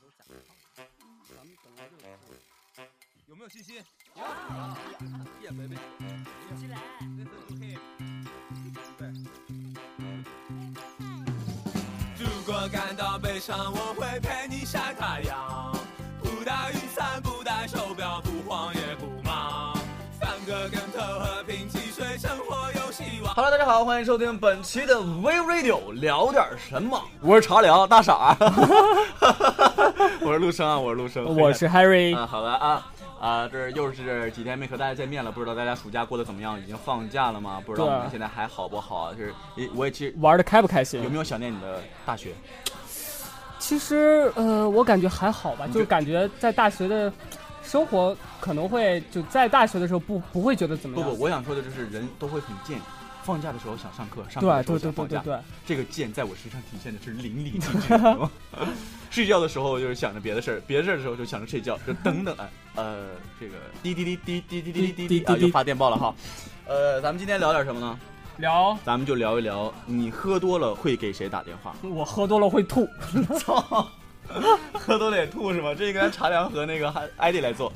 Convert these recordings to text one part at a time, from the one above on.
有没有信心？ 有。 耶，baby， 起来。 如果感到悲伤，我会陪你晒太阳，不带雨伞，不带手表，不慌也不忙，翻个跟头，和平汽水，生活有希望。Hello， 大家好，欢迎收听本期的 We Radio， 聊点什么？我是茶凉大傻，我是陆生啊，我是陆生， 我是 Harry。 好了这又是几天没和大家见面了，不知道大家暑假过得怎么样？已经放假了吗？不知道我们现在还好不好？就是我也其实玩的开不开心？ 有没有想念你的大学？ 其实我感觉还好吧，就感觉在大学的生活可能会就在大学的时候不会觉得怎么样。 不，我想说的就是人都会很贱。放假的时候想上课，上课的时候想放假， 对， 这个贱在我身上体现的是淋漓尽致。睡觉的时候就是想着别的事儿，别的事儿的时候就想着睡觉，就等等这个滴滴滴滴滴滴滴滴滴啊，又发电报了哈。咱们今天聊点什么呢？咱们就聊一聊你喝多了会给谁打电话？ 我喝多了会吐。 操，喝多了也吐是吗？这应该茶凉和那个艾迪来做。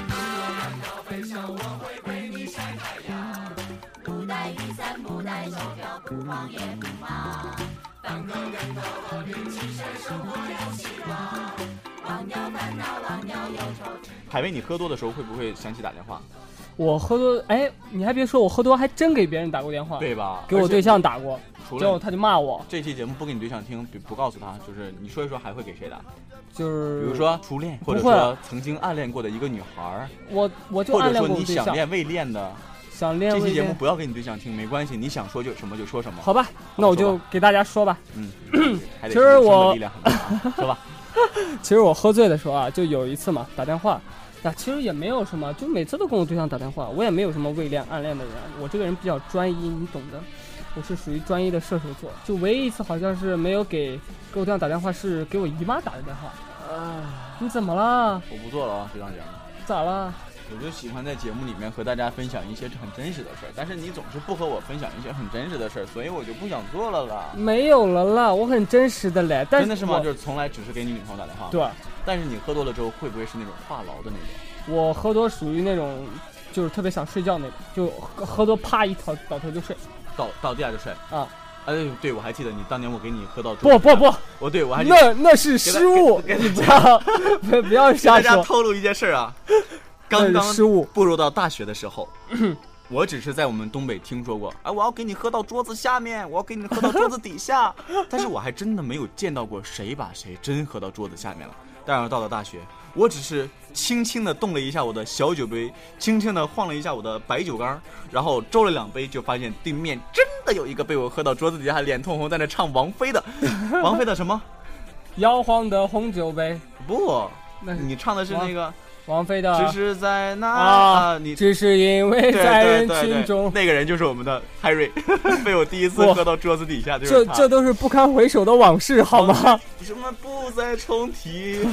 不带雨伞，不带手表，不慌也不忙，翻个跟头，和平汽水，生活有希望，忘掉烦恼，忘掉忧愁。 海威，你喝多的时候会不会想起打电话？ 我喝多，你还别说，我喝多还真给别人打过电话， 对吧？ 给我对象打过，结果他就骂我。 这期节目不给你对象听，不告诉他，就是你说一说还会给谁打？ 就是比如说初恋，或者说曾经暗恋过的一个女孩， 我就暗恋过对象， 或者说你想恋未恋的。 这期节目不要给你对象听，没关系，你想说就什么就说什么。 好吧，那我就给大家说吧。 其实我力量很大，说吧。 其实我喝醉的时候啊，就有一次嘛，打电话，其实也没有什么，就每次都跟我对象打电话，我也没有什么未恋暗恋的人，我这个人比较专一，你懂的，我是属于专一的射手座。就唯一一次好像是没有给我对象打电话，是给我姨妈打的电话。你怎么了？ 我不做了啊，这档节目。 咋了？ 我就喜欢在节目里面和大家分享一些很真实的事儿，但是你总是不和我分享一些很真实的事儿，所以我就不想做了啦。 没有了啦，我很真实的嘞。但是真的是吗？就是从来只是给你女朋友打电话。 对。 但是你喝多了之后会不会是那种话痨的那种？ 我喝多属于那种，就是特别想睡觉那种，就喝多啪一倒头就睡， 到地下就睡啊。 对，我还记得你当年我给你喝到不， 对我还那是失误，你不要瞎说。 给大家透露一件事啊。刚刚失误步入到大学的时候，我只是在我们东北听说过，我要给你喝到桌子下面，我要给你喝到桌子底下，但是我还真的没有见到过谁把谁真喝到桌子下面了。但是到了大学，我只是轻轻的动了一下我的小酒杯，轻轻的晃了一下我的白酒缸，然后周了2杯，就发现对面真的有一个被我喝到桌子底下脸通红在那唱王菲的什么摇晃的红酒杯。 不，你唱的是那个王菲的只是在那你只是因为在人群中， 那个人就是我们的 Harry， 被我第一次喝到桌子底下，就是他。 这都是不堪回首的往事，好吗？ 什么不再重提？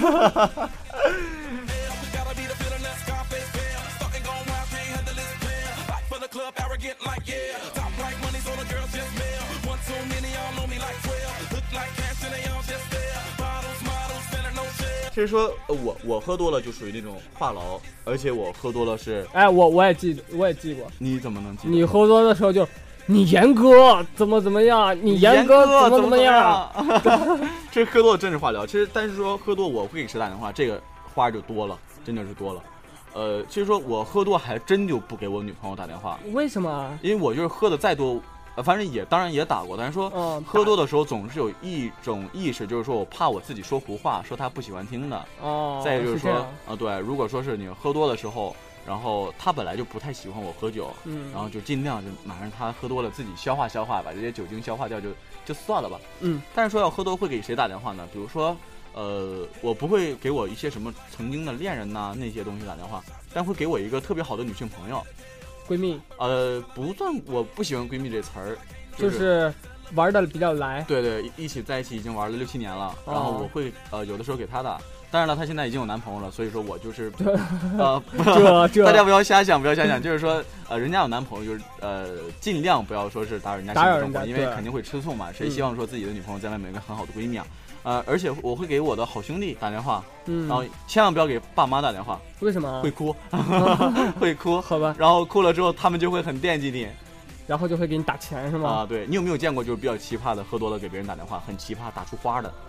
其实说我喝多了就属于那种话痨，而且我喝多了是我也记过。 你怎么能记得？ 你喝多的时候就你严哥怎么样？你严哥怎么样？ 这喝多了真是话聊。其实但是说喝多我会给谁打电话，这个话就多了，真的是多了。其实说我喝多还真就不给我女朋友打电话。 为什么？ 因为我就是喝的再多。反正当然也打过，但是说喝多的时候总是有一种意识，就是说我怕我自己说胡话，说他不喜欢听的。再就是说对，如果说是你喝多的时候，然后他本来就不太喜欢我喝酒，然后就尽量就马上他喝多了自己消化，把这些酒精消化掉就算了吧。但是说要喝多会给谁打电话呢？比如说我不会给我一些什么曾经的恋人呐那些东西打电话，但会给我一个特别好的女性朋友。 闺蜜不算，我不喜欢闺蜜这词儿， 就是玩的比较来。 对，一起在一起已经玩了6-7年了，然后我会有的时候给她打， 当然了，她现在已经有男朋友了，所以说我就是大家不要瞎想，就是说人家有男朋友，就是尽量不要说是打扰人家性生活，因为肯定会吃醋嘛。谁希望说自己的女朋友在外面有一个很好的闺蜜啊？而且我会给我的好兄弟打电话，然后千万不要给爸妈打电话。 为什么？ 会哭，会哭。 好吧。 然后哭了之后，他们就会很惦记你， 然后就会给你打钱是吗？ 对，你有没有见过就是比较奇葩的，喝多了给别人打电话，很奇葩，打出花的？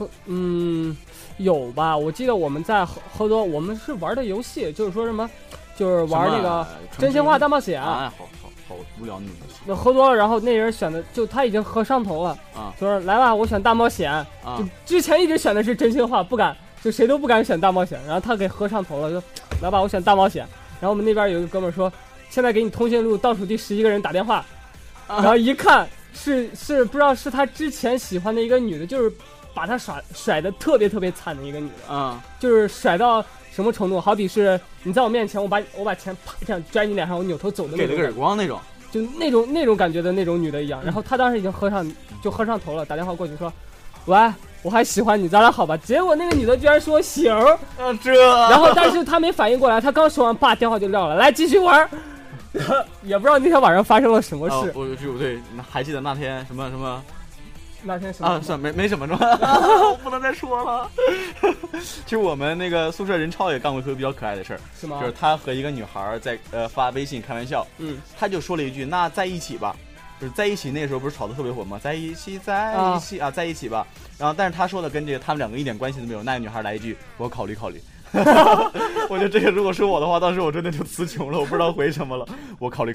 有吧？我记得我们在喝多，我们是玩的游戏，就是说什么，就是玩那个真心话大冒险。 好无聊那种游戏。 那喝多了，然后那人选的就他已经喝上头了说来吧，我选大冒险就之前一直选的是真心话，不敢，就谁都不敢选大冒险。然后他给喝上头了，就来吧，我选大冒险。然后我们那边有一个哥们说，现在给你通讯录倒数第11个人打电话，然后一看是不知道是他之前喜欢的一个女的，就是把他甩的特别特别惨的一个女的就是甩到什么程度？好比是你在我面前，我把钱啪这样拽你脸上，我扭头走的那种， 给了个耳光那种， 就那种感觉的那种女的一样。然后他当时已经喝上头了，打电话过去说，喂，我还喜欢你，咱俩好吧？结果那个女的居然说行，然后但是他没反应过来，他刚说完，啪，电话就撂了，来继续玩。也不知道那天晚上发生了什么事。 对，还记得那天什么？ 那天什么算没什么我不能再说了。其实我们那个宿舍人超也干过一个比较可爱的事儿， 是吗？ 就是他和一个女孩在发微信开玩笑，他就说了一句那在一起吧，就是在一起那个时候不是炒得特别火吗？在一起在一起吧。然后但是他说的跟这个他们两个一点关系都没有。那个女孩来一句我考虑我觉得这个如果是我的话，当时我真的就词穷了，我不知道回什么了。我考虑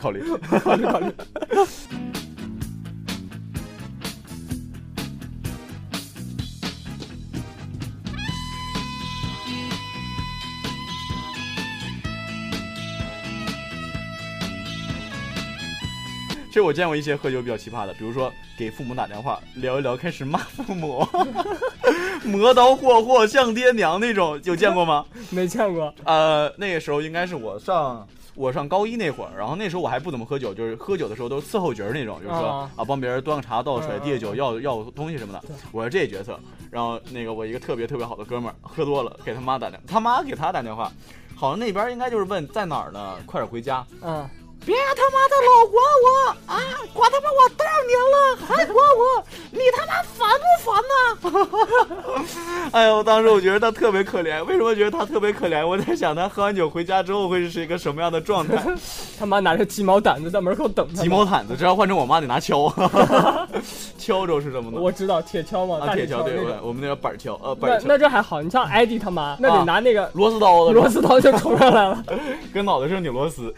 其实我见过一些喝酒比较奇葩的，比如说给父母打电话聊一聊，开始骂父母，磨刀霍霍像爹娘那种，有见过吗？ 没见过。 那个时候应该是我上高一那会儿，然后那时候我还不怎么喝酒，就是喝酒的时候都是伺候角那种，就是说帮别人端个茶倒个水递个酒要东西什么的，我是这角色。然后那个我一个特别特别好的哥们儿喝多了给他妈打电话，他妈给他打电话，好像那边应该就是问在哪儿呢，快点回家。别他妈的老管我啊！管他妈我多少年了，还管我，你他妈烦不烦呢？哎呦，当时我觉得他特别可怜。为什么觉得他特别可怜？我在想他喝完酒回家之后会是一个什么样的状态？ 他妈拿着鸡毛掸子在门口等他。 鸡毛掸子，这要换成我妈得拿锹。锹州是什么呢？ 我知道铁锹嘛， 铁锹对，我们那个板锹， 那这还好，你像艾迪他妈，那得拿那个螺丝刀就冲上来了， 跟脑袋上拧螺丝。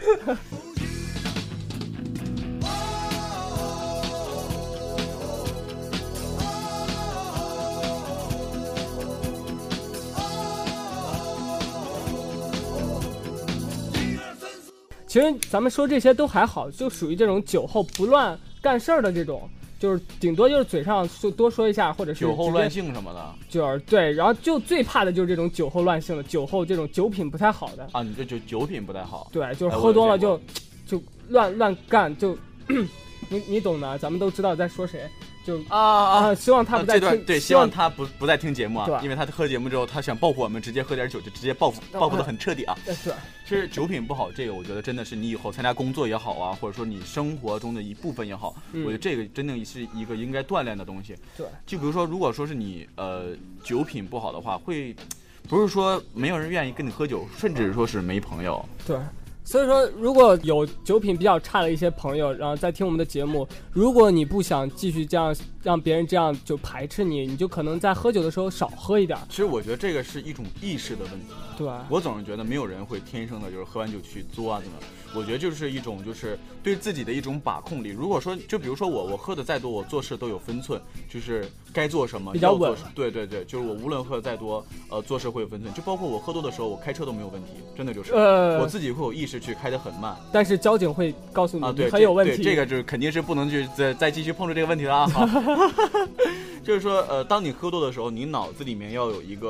其实咱们说这些都还好，就属于这种酒后不乱干事儿的这种，就是顶多就是嘴上就多说一下，或者是酒后乱性什么的， 就是对。然后就最怕的就是这种酒后乱性的，酒后这种酒品不太好的啊。你这酒品不太好， 对，就是喝多了就乱干，就你懂的，咱们都知道在说谁。就希望他不再听， 对，希望他不再听节目啊，因为他喝节目之后，他想报复我们，直接喝点酒就直接报复的很彻底啊。 对， 其实酒品不好，这个我觉得真的是你以后参加工作也好啊，或者说你生活中的一部分也好，我觉得这个真的是一个应该锻炼的东西。 对， 就比如说，如果说是你酒品不好的话，会不是说没有人愿意跟你喝酒，甚至说是没朋友。 对。所以说，如果有酒品比较差的一些朋友，然后在听我们的节目，如果你不想继续这样让别人这样就排斥你，你就可能在喝酒的时候少喝一点。 其实我觉得这个是一种意识的问题。 对， 我总是觉得没有人会天生的就是喝完酒去作啊怎么。我觉得就是一种就是对自己的一种把控力。如果说就比如说我喝的再多，我做事都有分寸，就是该做什么比较稳。 对，就是我无论喝的再多，做事会有分寸。就包括我喝多的时候，我开车都没有问题，真的就是我自己会有意识去开得很慢。 但是交警会告诉你对很有问题。 对，这个就是肯定是不能去再继续碰触这个问题了啊。好，就是说当你喝多的时候，你脑子里面要有一个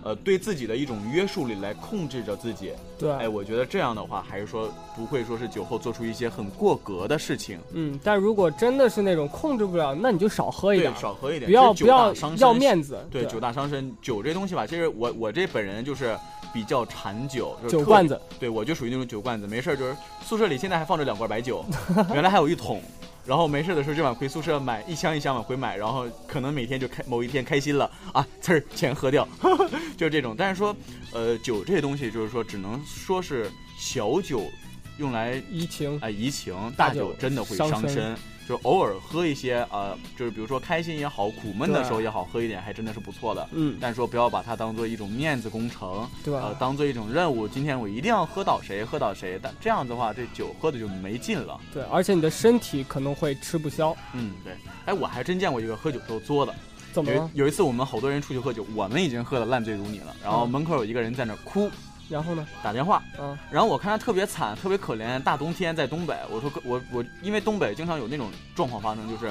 对自己的一种约束力来控制着自己。 对， 哎，我觉得这样的话，还是说不会说是酒后做出一些很过格的事情。 但如果真的是那种控制不了，那你就少喝一点， 对，少喝一点， 不要要面子。 对，酒大伤身。酒这东西吧，其实我这本人就是比较馋酒，就是、 酒罐子。 对，我就属于那种酒罐子，没事就是宿舍里现在还放着2罐白酒，原来还有1桶。然后没事的时候就往回宿舍买一箱往回买，然后可能每天就某一天开心了啊，钱喝掉，就是这种。但是说，酒这些东西就是说只能说是小酒用来怡情， 怡情，大酒真的会伤身。就偶尔喝一些就是比如说开心也好，苦闷的时候也好，喝一点还真的是不错的。但是说不要把它当做一种面子工程， 对， 当做一种任务。今天我一定要喝倒谁，但这样子的话，这酒喝的就没劲了。 对，而且你的身体可能会吃不消。 对。哎，我还真见过一个喝酒都作的。 怎么了？ 有一次我们好多人出去喝酒，我们已经喝得烂醉如泥了，然后门口有一个人在那哭。 然后呢？ 打电话，然后我看他特别惨，特别可怜，大冬天在东北，我说我因为东北经常有那种状况发生，就是，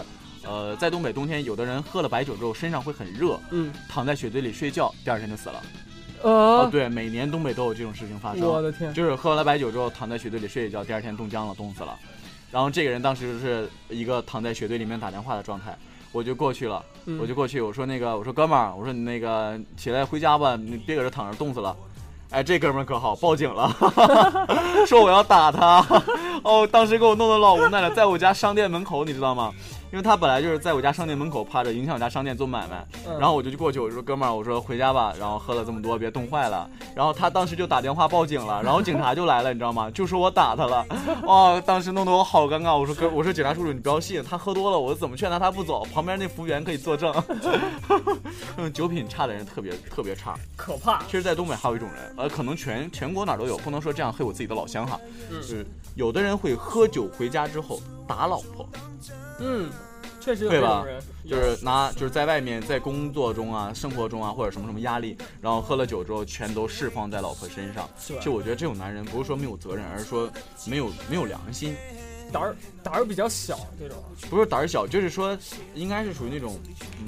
在东北冬天，有的人喝了白酒之后身上会很热，躺在雪堆里睡觉，第2天就死了。对，每年东北都有这种事情发生。 我的天！ 就是喝完了白酒之后躺在雪堆里睡一觉，第2天冻僵了，冻死了。然后这个人当时是一个躺在雪堆里面打电话的状态，我就过去了，我说哥们儿，我说你那个起来回家吧，你别搁这躺着冻死了。哎，这哥们儿可好，报警了，说我要打他。当时给我弄得老无奈了，在我家商店门口，你知道吗？因为他本来就是在我家商店门口趴着，影响我家商店做买卖。然后我就过去，我说哥们儿，我说回家吧，然后喝了这么多，别冻坏了。然后他当时就打电话报警了，然后警察就来了，你知道吗？就说我打他了。当时弄得我好尴尬。我说警察叔叔，你不要信，他喝多了，我怎么劝他不走？旁边那服务员可以作证。酒品差的人特别差， 可怕。 其实，在东北还有一种人，可能全国哪都有，不能说这样黑我自己的老乡哈。就是有的人会喝酒回家之后打老婆。 确实有这种人， 就是在外面在工作中啊、生活中啊或者什么压力，然后喝了酒之后全都释放在老婆身上。就我觉得这种男人不是说没有责任，而是说没有良心， 胆儿比较小。这种不是胆儿小，就是说应该是属于那种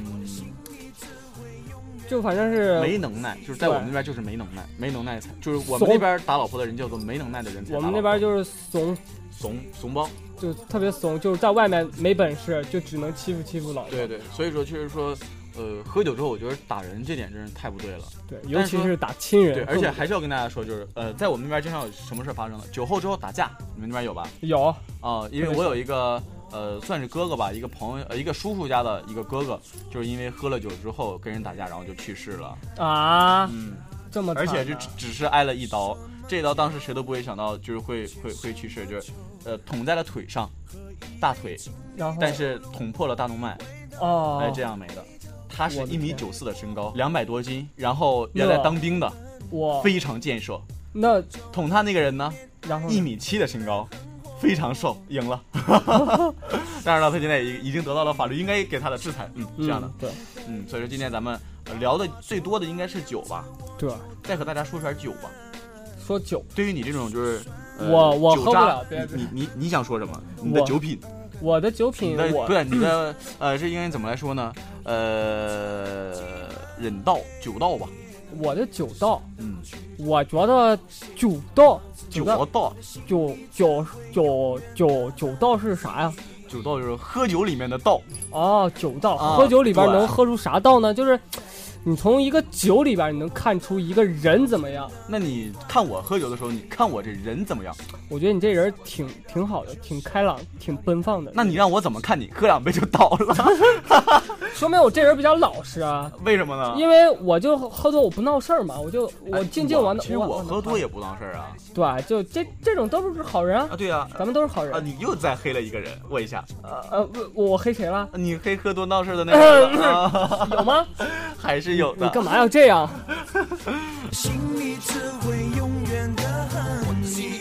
就反正是没能耐，就是在我们那边就是没能耐才，就是我们那边打老婆的人叫做没能耐的人才打老婆。 我们那边就是怂包， 就特别怂，就是在外面没本事，就只能欺负老婆。 对，所以说确实说，喝酒之后，我觉得打人这点真是太不对了。 对，尤其是打亲人。 对，而且还是要跟大家说，就是在我们那边经常有什么事发生的，酒后之后打架，你们那边有吧？ 有因为我有一个算是哥哥吧，一个朋友，一个叔叔家的一个哥哥，就是因为喝了酒之后跟人打架，然后就去世了啊。这么惨， 而且就只是挨了一刀，这一刀当时谁都不会想到，就是会去世，就是捅在了腿上，大腿，但是捅破了大动脉，这样没的。他是1.94米的身高，200多斤，然后原来当兵的，非常健硕。 那捅他那个人呢， 然后 1.7米的身高，非常瘦，赢了。当然了，他现在已经得到了法律应该给他的制裁，这样的。 对， 所以说今天咱们聊的最多的应该是酒吧。 对， 再和大家说点酒吧。 说酒， 对于你这种就是我喝不了， 你想说什么？你的酒品， 我的酒品， 对你的这应该怎么来说呢？人道酒道吧。 我的酒道，我觉得酒道是啥呀？ 酒道就是喝酒里面的道。 酒道，喝酒里边能喝出啥道呢？就是你从一个酒里边你能看出一个人怎么样。 那你看我喝酒的时候，你看我这人怎么样？ 我觉得你这人挺好的，挺开朗，挺奔放的。 那你让我怎么看你？喝2杯就倒了。 说明我这人比较老实啊。 为什么呢？ 因为我就喝多我不闹事儿嘛，我静静玩的。 其实我喝多也不闹事儿啊。 对，就这种都是好人啊。 对啊， 咱们都是好人。 你又再黑了一个人，问一下。 我黑谁了？ 你黑喝多闹事的那个人。 有吗？ 还是有的。 你干嘛要这样？ 心里只会永远的恨你，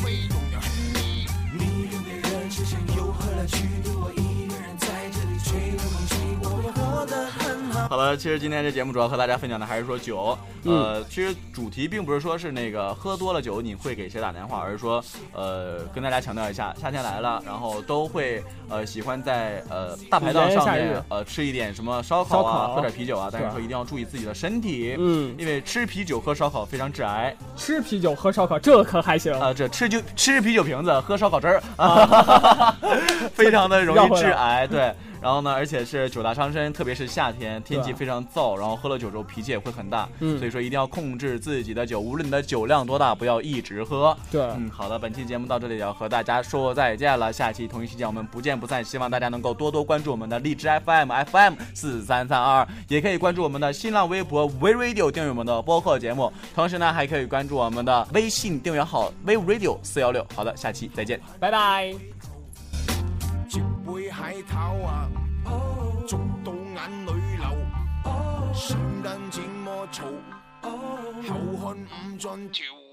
你跟别人之间又何来去？我一个人在这里吹着空气，我会活得很好。 好了，其实今天这节目主要和大家分享的还是说酒，其实主题并不是说是那个喝多了酒你会给谁打电话，而是说跟大家强调一下，夏天来了，然后都会喜欢在大排档上面吃一点什么烧烤啊，喝点啤酒啊，但是说一定要注意自己的身体，因为吃啤酒喝烧烤非常致癌。 吃啤酒喝烧烤这可还行这吃啤酒瓶子喝烧烤汁儿啊，非常的容易致癌，对。然后呢，而且是酒大伤身，特别是夏天，天气非常燥，然后喝了酒之后脾气也会很大，所以说一定要控制自己的酒，无论你的酒量多大，不要一直喝。 对， 好的，本期节目到这里要和大家说再见了，下期同一时间我们不见不散。希望大家能够多多关注我们的荔枝 FM 4332，也可以关注我们的新浪微博 WeRadio 订阅我们的播客节目，同时呢还可以关注我们的微信订阅号 WeRadio416。好的，下期再见， 拜拜。 接杯蟹頭啊，捉到眼淚流，瞬間這麼嘈，後看唔盡條。